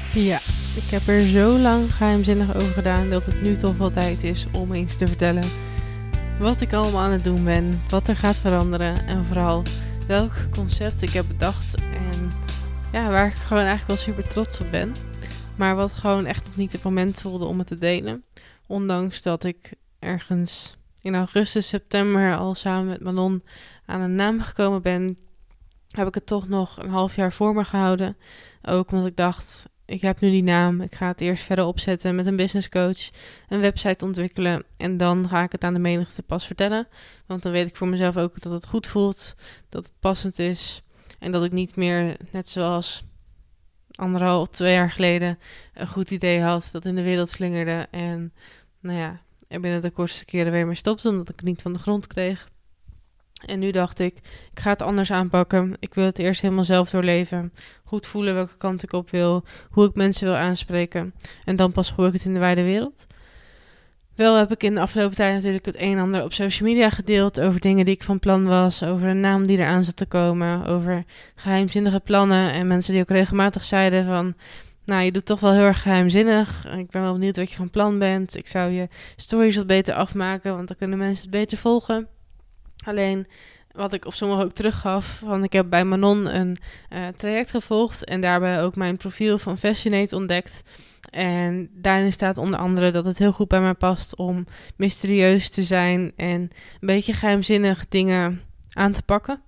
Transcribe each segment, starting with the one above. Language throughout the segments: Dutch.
Ja, ik heb er zo lang geheimzinnig over gedaan dat het nu toch wel tijd is om eens te vertellen wat ik allemaal aan het doen ben, wat er gaat veranderen en vooral welk concept ik heb bedacht en ja, waar ik gewoon eigenlijk wel super trots op ben. Maar wat gewoon echt nog niet het moment voelde om het te delen. Ondanks dat ik ergens in augustus, september al samen met Manon aan een naam gekomen ben, heb ik het toch nog een half jaar voor me gehouden. Ook omdat ik dacht, ik heb nu die naam, ik ga het eerst verder opzetten met een business coach, een website ontwikkelen en dan ga ik het aan de menigte pas vertellen. Want dan weet ik voor mezelf ook dat het goed voelt, dat het passend is en dat ik niet meer, net zoals 2 jaar geleden, een goed idee had, dat in de wereld slingerde en nou ja, er binnen de kortste keren weer mee stopte omdat ik het niet van de grond kreeg. En nu dacht ik ga het anders aanpakken. Ik wil het eerst helemaal zelf doorleven. Goed voelen welke kant ik op wil. Hoe ik mensen wil aanspreken. En dan pas gooi ik het in de wijde wereld. Wel heb ik in de afgelopen tijd natuurlijk het een en ander op social media gedeeld. Over dingen die ik van plan was. Over een naam die eraan zat te komen. Over geheimzinnige plannen. En mensen die ook regelmatig zeiden van, nou, je doet toch wel heel erg geheimzinnig. Ik ben wel benieuwd wat je van plan bent. Ik zou je stories wat beter afmaken. Want dan kunnen mensen het beter volgen. Alleen wat ik op sommigen ook teruggaf, want ik heb bij Manon een traject gevolgd en daarbij ook mijn profiel van Fascinate ontdekt. En daarin staat onder andere dat het heel goed bij mij past om mysterieus te zijn en een beetje geheimzinnig dingen aan te pakken.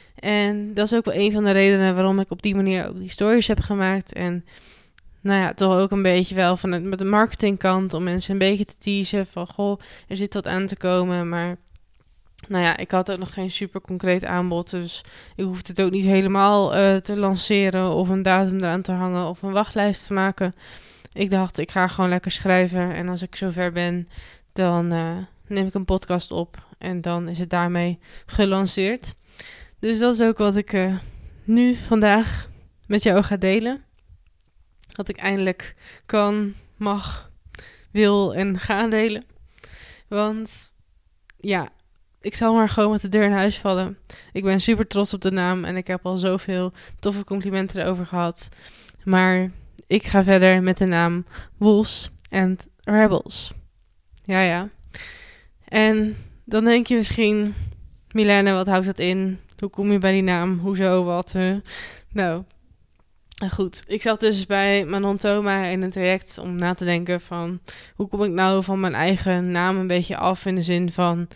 En dat is ook wel een van de redenen waarom ik op die manier ook die stories heb gemaakt. En nou ja, toch ook een beetje wel met de marketingkant om mensen een beetje te teasen van, goh, er zit wat aan te komen, maar nou ja, ik had ook nog geen super concreet aanbod, dus ik hoefde het ook niet helemaal te lanceren of een datum eraan te hangen of een wachtlijst te maken. Ik dacht, ik ga gewoon lekker schrijven en als ik zover ben, dan neem ik een podcast op en dan is het daarmee gelanceerd. Dus dat is ook wat ik nu vandaag met jou ga delen. Dat ik eindelijk kan, mag, wil en ga delen. Want ja, ik zal maar gewoon met de deur in huis vallen. Ik ben super trots op de naam en ik heb al zoveel toffe complimenten erover gehad. Maar ik ga verder met de naam Wolves and Rebels. Ja. En dan denk je misschien, Milène, wat houdt dat in? Hoe kom je bij die naam? Hoezo, wat? Nou, goed. Ik zat dus bij Manon Thoma in een traject om na te denken van, hoe kom ik nou van mijn eigen naam een beetje af in de zin van,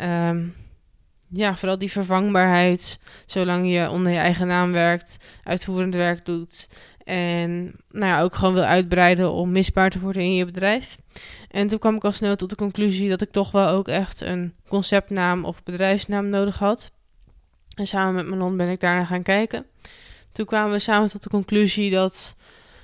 vooral die vervangbaarheid, zolang je onder je eigen naam werkt, uitvoerend werk doet en nou ja, ook gewoon wil uitbreiden om misbaar te worden in je bedrijf. En toen kwam ik al snel tot de conclusie dat ik toch wel ook echt een conceptnaam of bedrijfsnaam nodig had. En samen met Manon ben ik daarna gaan kijken. Toen kwamen we samen tot de conclusie dat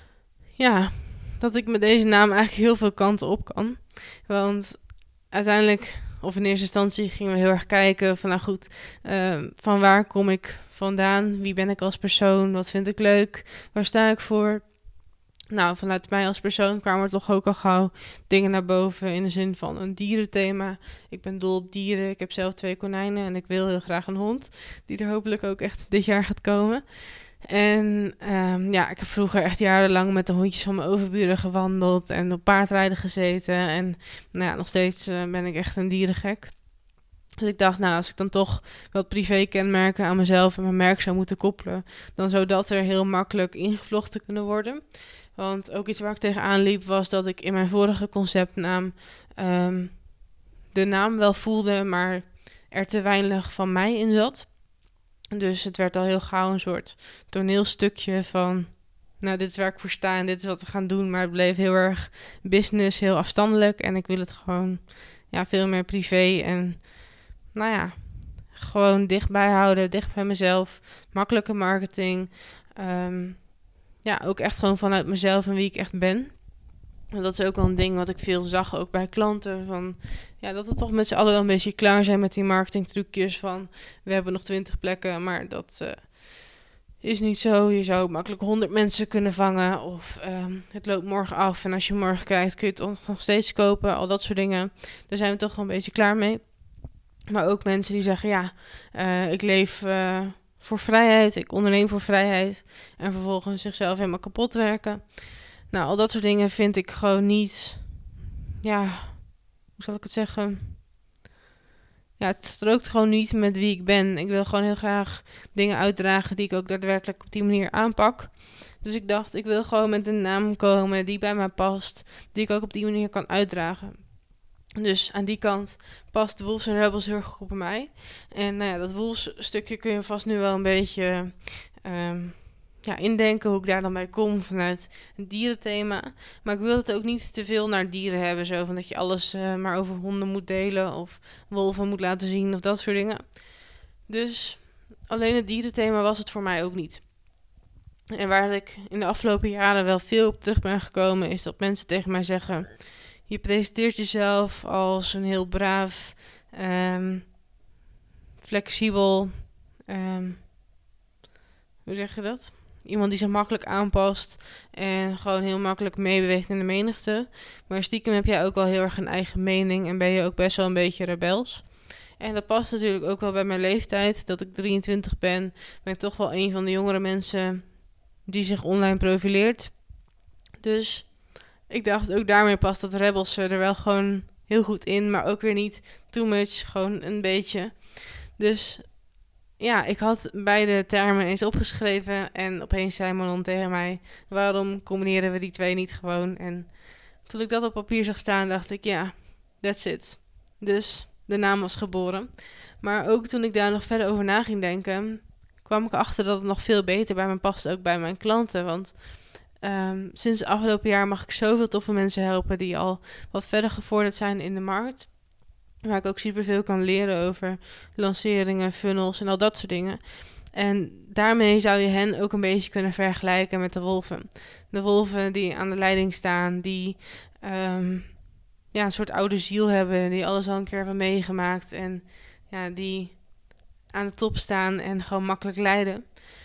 ik met deze naam eigenlijk heel veel kanten op kan. Want uiteindelijk, of in eerste instantie, gingen we heel erg kijken van, nou goed, van waar kom ik vandaan? Wie ben ik als persoon? Wat vind ik leuk? Waar sta ik voor? Nou, vanuit mij als persoon kwamen er toch ook al gauw dingen naar boven in de zin van een dierenthema. Ik ben dol op dieren. Ik heb zelf 2 konijnen en ik wil heel graag een hond. Die er hopelijk ook echt dit jaar gaat komen. En ik heb vroeger echt jarenlang met de hondjes van mijn overburen gewandeld en op paardrijden gezeten. En nog steeds ben ik echt een dierengek. Dus ik dacht, als ik dan toch wat privé-kenmerken aan mezelf en mijn merk zou moeten koppelen, dan zou dat er heel makkelijk ingevlochten kunnen worden. Want ook iets waar ik tegenaan liep was dat ik in mijn vorige conceptnaam de naam wel voelde, maar er te weinig van mij in zat. Dus het werd al heel gauw een soort toneelstukje van, dit is waar ik voor sta en dit is wat we gaan doen. Maar het bleef heel erg business, heel afstandelijk. En ik wil het gewoon veel meer privé en gewoon dichtbij houden, dicht bij mezelf. Makkelijke marketing. Ook echt gewoon vanuit mezelf en wie ik echt ben. En dat is ook wel een ding wat ik veel zag, ook bij klanten. Van, dat we toch met z'n allen wel een beetje klaar zijn met die marketingtrucjes van, we hebben nog 20 plekken, maar dat is niet zo. Je zou makkelijk 100 mensen kunnen vangen of het loopt morgen af en als je morgen kijkt kun je het nog steeds kopen. Al dat soort dingen. Daar zijn we toch wel een beetje klaar mee. Maar ook mensen die zeggen, ik leef voor vrijheid, ik onderneem voor vrijheid en vervolgens zichzelf helemaal kapot werken. Nou, al dat soort dingen vind ik gewoon niet... Ja, hoe zal ik het zeggen? Ja, het strookt gewoon niet met wie ik ben. Ik wil gewoon heel graag dingen uitdragen die ik ook daadwerkelijk op die manier aanpak. Dus ik dacht, ik wil gewoon met een naam komen die bij mij past, die ik ook op die manier kan uitdragen. Dus aan die kant past Wolves en Rebels heel erg goed bij mij. En nou ja, dat Wolves stukje kun je vast nu wel een beetje indenken hoe ik daar dan bij kom vanuit een dierenthema. Maar ik wil het ook niet te veel naar dieren hebben. Zo van dat je alles maar over honden moet delen of wolven moet laten zien of dat soort dingen. Dus alleen het dierenthema was het voor mij ook niet. En waar ik in de afgelopen jaren wel veel op terug ben gekomen, is dat mensen tegen mij zeggen: je presenteert jezelf als een heel braaf, flexibel, hoe zeg je dat? Iemand die zich makkelijk aanpast en gewoon heel makkelijk meebeweegt in de menigte. Maar stiekem heb jij ook wel heel erg een eigen mening en ben je ook best wel een beetje rebels. En dat past natuurlijk ook wel bij mijn leeftijd. Dat ik 23 ben ik toch wel een van de jongere mensen die zich online profileert. Dus ik dacht, ook daarmee past dat rebels er wel gewoon heel goed in. Maar ook weer niet too much, gewoon een beetje. Dus ja, ik had beide termen eens opgeschreven. En opeens zei Manon tegen mij: waarom combineren we die twee niet gewoon? En toen ik dat op papier zag staan, dacht ik, ja, that's it. Dus de naam was geboren. Maar ook toen ik daar nog verder over na ging denken, kwam ik erachter dat het nog veel beter bij me past, ook bij mijn klanten. Want sinds het afgelopen jaar mag ik zoveel toffe mensen helpen die al wat verder gevorderd zijn in de markt. Waar ik ook superveel kan leren over lanceringen, funnels en al dat soort dingen. En daarmee zou je hen ook een beetje kunnen vergelijken met de wolven. De wolven die aan de leiding staan, die een soort oude ziel hebben, die alles al een keer hebben meegemaakt en ja, die aan de top staan en gewoon makkelijk leiden.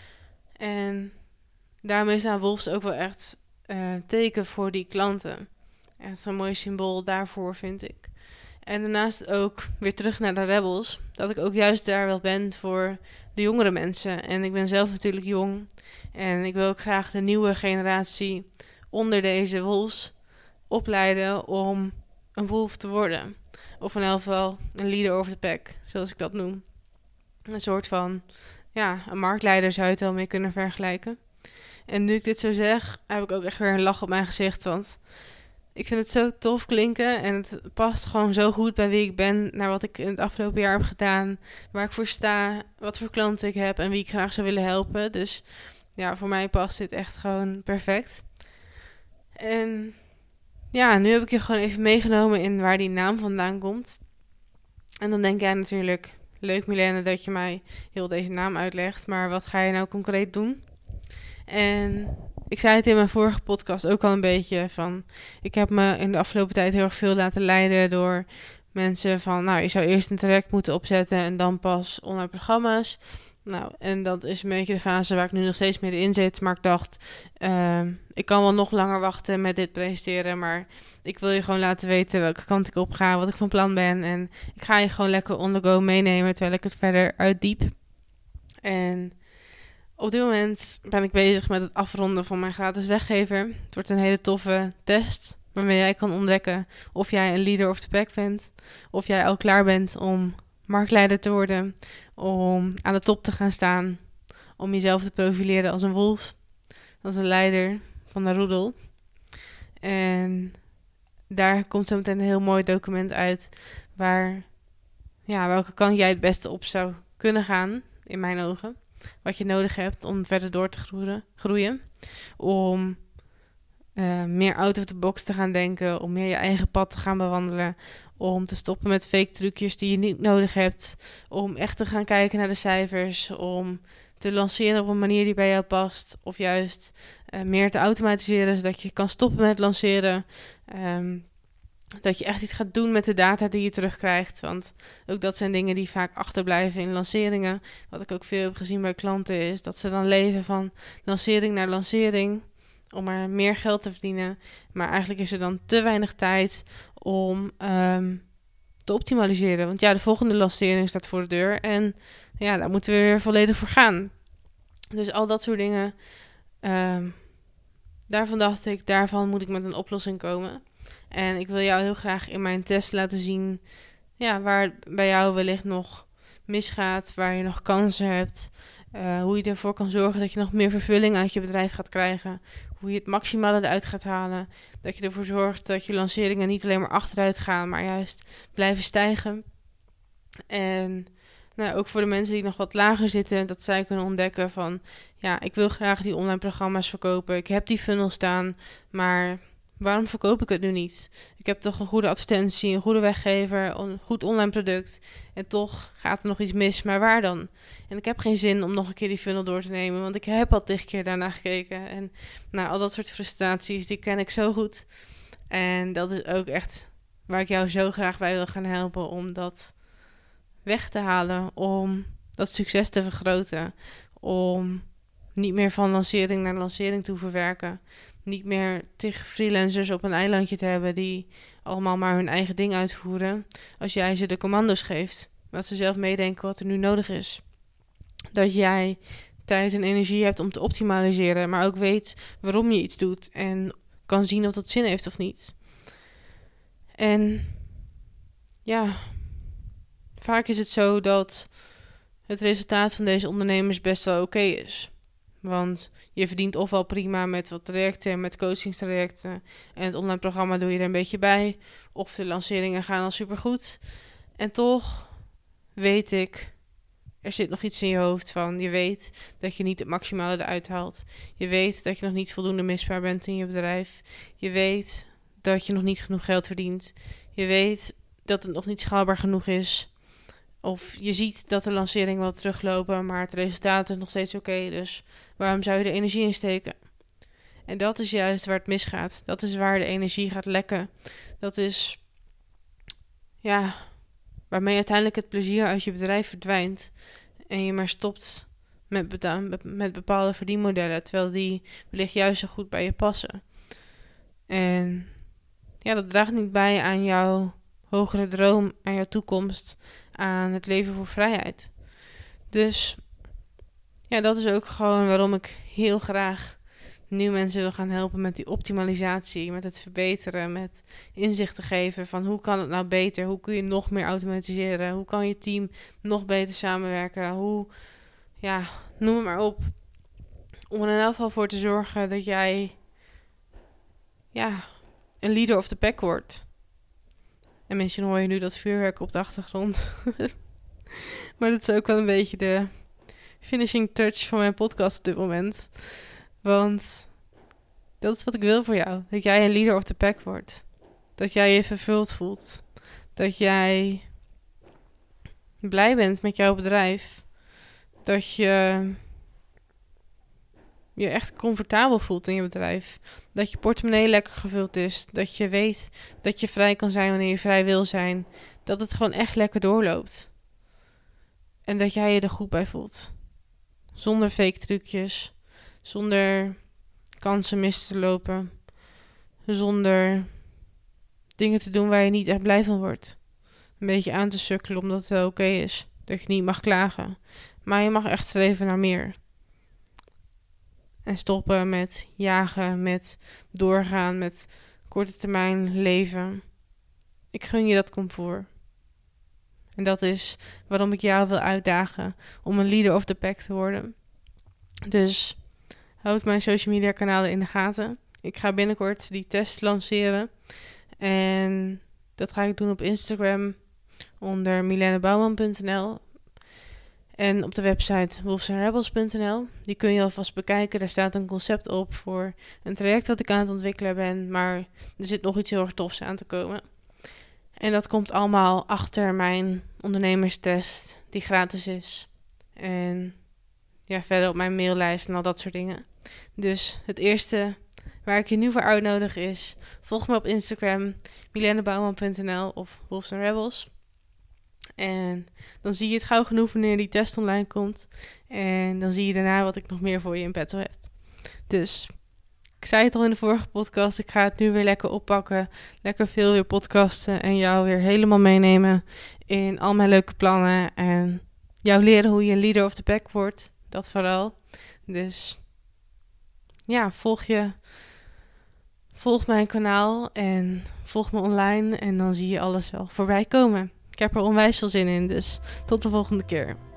En daarmee staan wolves ook wel echt teken voor die klanten. Echt een mooi symbool daarvoor, vind ik. En daarnaast ook weer terug naar de rebels, dat ik ook juist daar wel ben voor de jongere mensen. En ik ben zelf natuurlijk jong en ik wil ook graag de nieuwe generatie onder deze wolves opleiden om een wolf te worden. Of in elk geval een leader over de pack, zoals ik dat noem. Een soort van, een marktleider zou je het wel mee kunnen vergelijken. En nu ik dit zo zeg, heb ik ook echt weer een lach op mijn gezicht. Want ik vind het zo tof klinken. En het past gewoon zo goed bij wie ik ben. Naar wat ik in het afgelopen jaar heb gedaan. Waar ik voor sta. Wat voor klanten ik heb. En wie ik graag zou willen helpen. Dus ja, voor mij past dit echt gewoon perfect. En ja, nu heb ik je gewoon even meegenomen in waar die naam vandaan komt. En dan denk jij natuurlijk: leuk Milene dat je mij heel deze naam uitlegt. Maar wat ga je nou concreet doen? En ik zei het in mijn vorige podcast ook al een beetje van, ik heb me in de afgelopen tijd heel erg veel laten leiden door mensen van, nou, je zou eerst een traject moeten opzetten en dan pas online programma's. Nou, en dat is een beetje de fase waar ik nu nog steeds middenin zit. Maar ik dacht, ik kan wel nog langer wachten met dit presenteren, maar ik wil je gewoon laten weten welke kant ik op ga, wat ik van plan ben. En ik ga je gewoon lekker on the go meenemen terwijl ik het verder uitdiep. En op dit moment ben ik bezig met het afronden van mijn gratis weggever. Het wordt een hele toffe test waarmee jij kan ontdekken of jij een leader of the pack bent. Of jij al klaar bent om marktleider te worden. Om aan de top te gaan staan. Om jezelf te profileren als een wolf. Als een leider van de roedel. En daar komt zo meteen een heel mooi document uit. Welke kant jij het beste op zou kunnen gaan. In mijn ogen. Wat je nodig hebt om verder door te groeien. Om meer out of the box te gaan denken. Om meer je eigen pad te gaan bewandelen. Om te stoppen met fake trucjes die je niet nodig hebt. Om echt te gaan kijken naar de cijfers. Om te lanceren op een manier die bij jou past. Of juist meer te automatiseren zodat je kan stoppen met lanceren. Dat je echt iets gaat doen met de data die je terugkrijgt. Want ook dat zijn dingen die vaak achterblijven in lanceringen. Wat ik ook veel heb gezien bij klanten is dat ze dan leven van lancering naar lancering. Om maar meer geld te verdienen. Maar eigenlijk is er dan te weinig tijd om te optimaliseren. Want ja, de volgende lancering staat voor de deur. En ja, daar moeten we weer volledig voor gaan. Dus al dat soort dingen. daarvan moet ik met een oplossing komen. En ik wil jou heel graag in mijn test laten zien waar het bij jou wellicht nog misgaat, waar je nog kansen hebt. Hoe je ervoor kan zorgen dat je nog meer vervulling uit je bedrijf gaat krijgen. Hoe je het maximale eruit gaat halen. Dat je ervoor zorgt dat je lanceringen niet alleen maar achteruit gaan, maar juist blijven stijgen. En ook voor de mensen die nog wat lager zitten, dat zij kunnen ontdekken van, ik wil graag die online programma's verkopen. Ik heb die funnel staan, maar waarom verkoop ik het nu niet? Ik heb toch een goede advertentie, een goede weggever, een goed online product. En toch gaat er nog iets mis, maar waar dan? En ik heb geen zin om nog een keer die funnel door te nemen, want ik heb al 10 keer daarna gekeken. En al dat soort frustraties, die ken ik zo goed. En dat is ook echt waar ik jou zo graag bij wil gaan helpen, om dat weg te halen, om dat succes te vergroten, om niet meer van lancering naar lancering te verwerken, niet meer 10 freelancers op een eilandje te hebben die allemaal maar hun eigen ding uitvoeren, als jij ze de commando's geeft, dat ze zelf meedenken wat er nu nodig is. Dat jij tijd en energie hebt om te optimaliseren, maar ook weet waarom je iets doet en kan zien of dat zin heeft of niet. En vaak is het zo dat het resultaat van deze ondernemers best wel oké is. Want je verdient ofwel prima met wat trajecten, met coachingstrajecten. En het online programma doe je er een beetje bij. Of de lanceringen gaan al supergoed. En toch weet ik, er zit nog iets in je hoofd van. Je weet dat je niet het maximale eruit haalt. Je weet dat je nog niet voldoende misbaar bent in je bedrijf. Je weet dat je nog niet genoeg geld verdient. Je weet dat het nog niet schaalbaar genoeg is. Of je ziet dat de lanceringen wel teruglopen, maar het resultaat is nog steeds oké. Dus waarom zou je de energie insteken? En dat is juist waar het misgaat. Dat is waar de energie gaat lekken. Dat is waarmee uiteindelijk het plezier uit je bedrijf verdwijnt. En je maar stopt met bepaalde verdienmodellen, terwijl die wellicht juist zo goed bij je passen. En dat draagt niet bij aan jouw hogere droom, aan jouw toekomst, aan het leven voor vrijheid. Dus dat is ook gewoon waarom ik heel graag nu mensen wil gaan helpen met die optimalisatie, met het verbeteren, met inzichten geven van hoe kan het nou beter, hoe kun je nog meer automatiseren, hoe kan je team nog beter samenwerken, noem het maar op. Om er in elk geval voor te zorgen dat jij een leader of the pack wordt. En misschien hoor je nu dat vuurwerk op de achtergrond. Maar dat is ook wel een beetje de finishing touch van mijn podcast op dit moment. Want dat is wat ik wil voor jou. Dat jij een leader of the pack wordt. Dat jij je vervuld voelt. Dat jij blij bent met jouw bedrijf. Dat je je echt comfortabel voelt in je bedrijf. Dat je portemonnee lekker gevuld is. Dat je weet dat je vrij kan zijn wanneer je vrij wil zijn. Dat het gewoon echt lekker doorloopt. En dat jij je er goed bij voelt. Zonder fake trucjes. Zonder kansen mis te lopen. Zonder dingen te doen waar je niet echt blij van wordt. Een beetje aan te sukkelen omdat het wel oké is. Dat je niet mag klagen. Maar je mag echt streven naar meer. En stoppen met jagen, met doorgaan, met korte termijn leven. Ik gun je dat comfort. En dat is waarom ik jou wil uitdagen om een leader of the pack te worden. Dus houd mijn social media kanalen in de gaten. Ik ga binnenkort die test lanceren. En dat ga ik doen op Instagram onder milenebouwman.nl. En op de website wolvesandrebels.nl. Die kun je alvast bekijken. Daar staat een concept op voor een traject wat ik aan het ontwikkelen ben. Maar er zit nog iets heel erg tofs aan te komen. En dat komt allemaal achter mijn ondernemerstest, die gratis is. En verder op mijn maillijst en al dat soort dingen. Dus het eerste waar ik je nu voor uitnodig is, volg me op Instagram, milenebouwman.nl of Wolves and Rebels. En dan zie je het gauw genoeg wanneer die test online komt. En dan zie je daarna wat ik nog meer voor je in petto heb. Dus ik zei het al in de vorige podcast, ik ga het nu weer lekker oppakken. Lekker veel weer podcasten en jou weer helemaal meenemen in al mijn leuke plannen. En jou leren hoe je een leader of the pack wordt. Dat vooral. Dus volg je Volg mijn kanaal en volg me online en dan zie je alles wel voorbij komen. Ik heb er onwijs veel zin in, dus tot de volgende keer.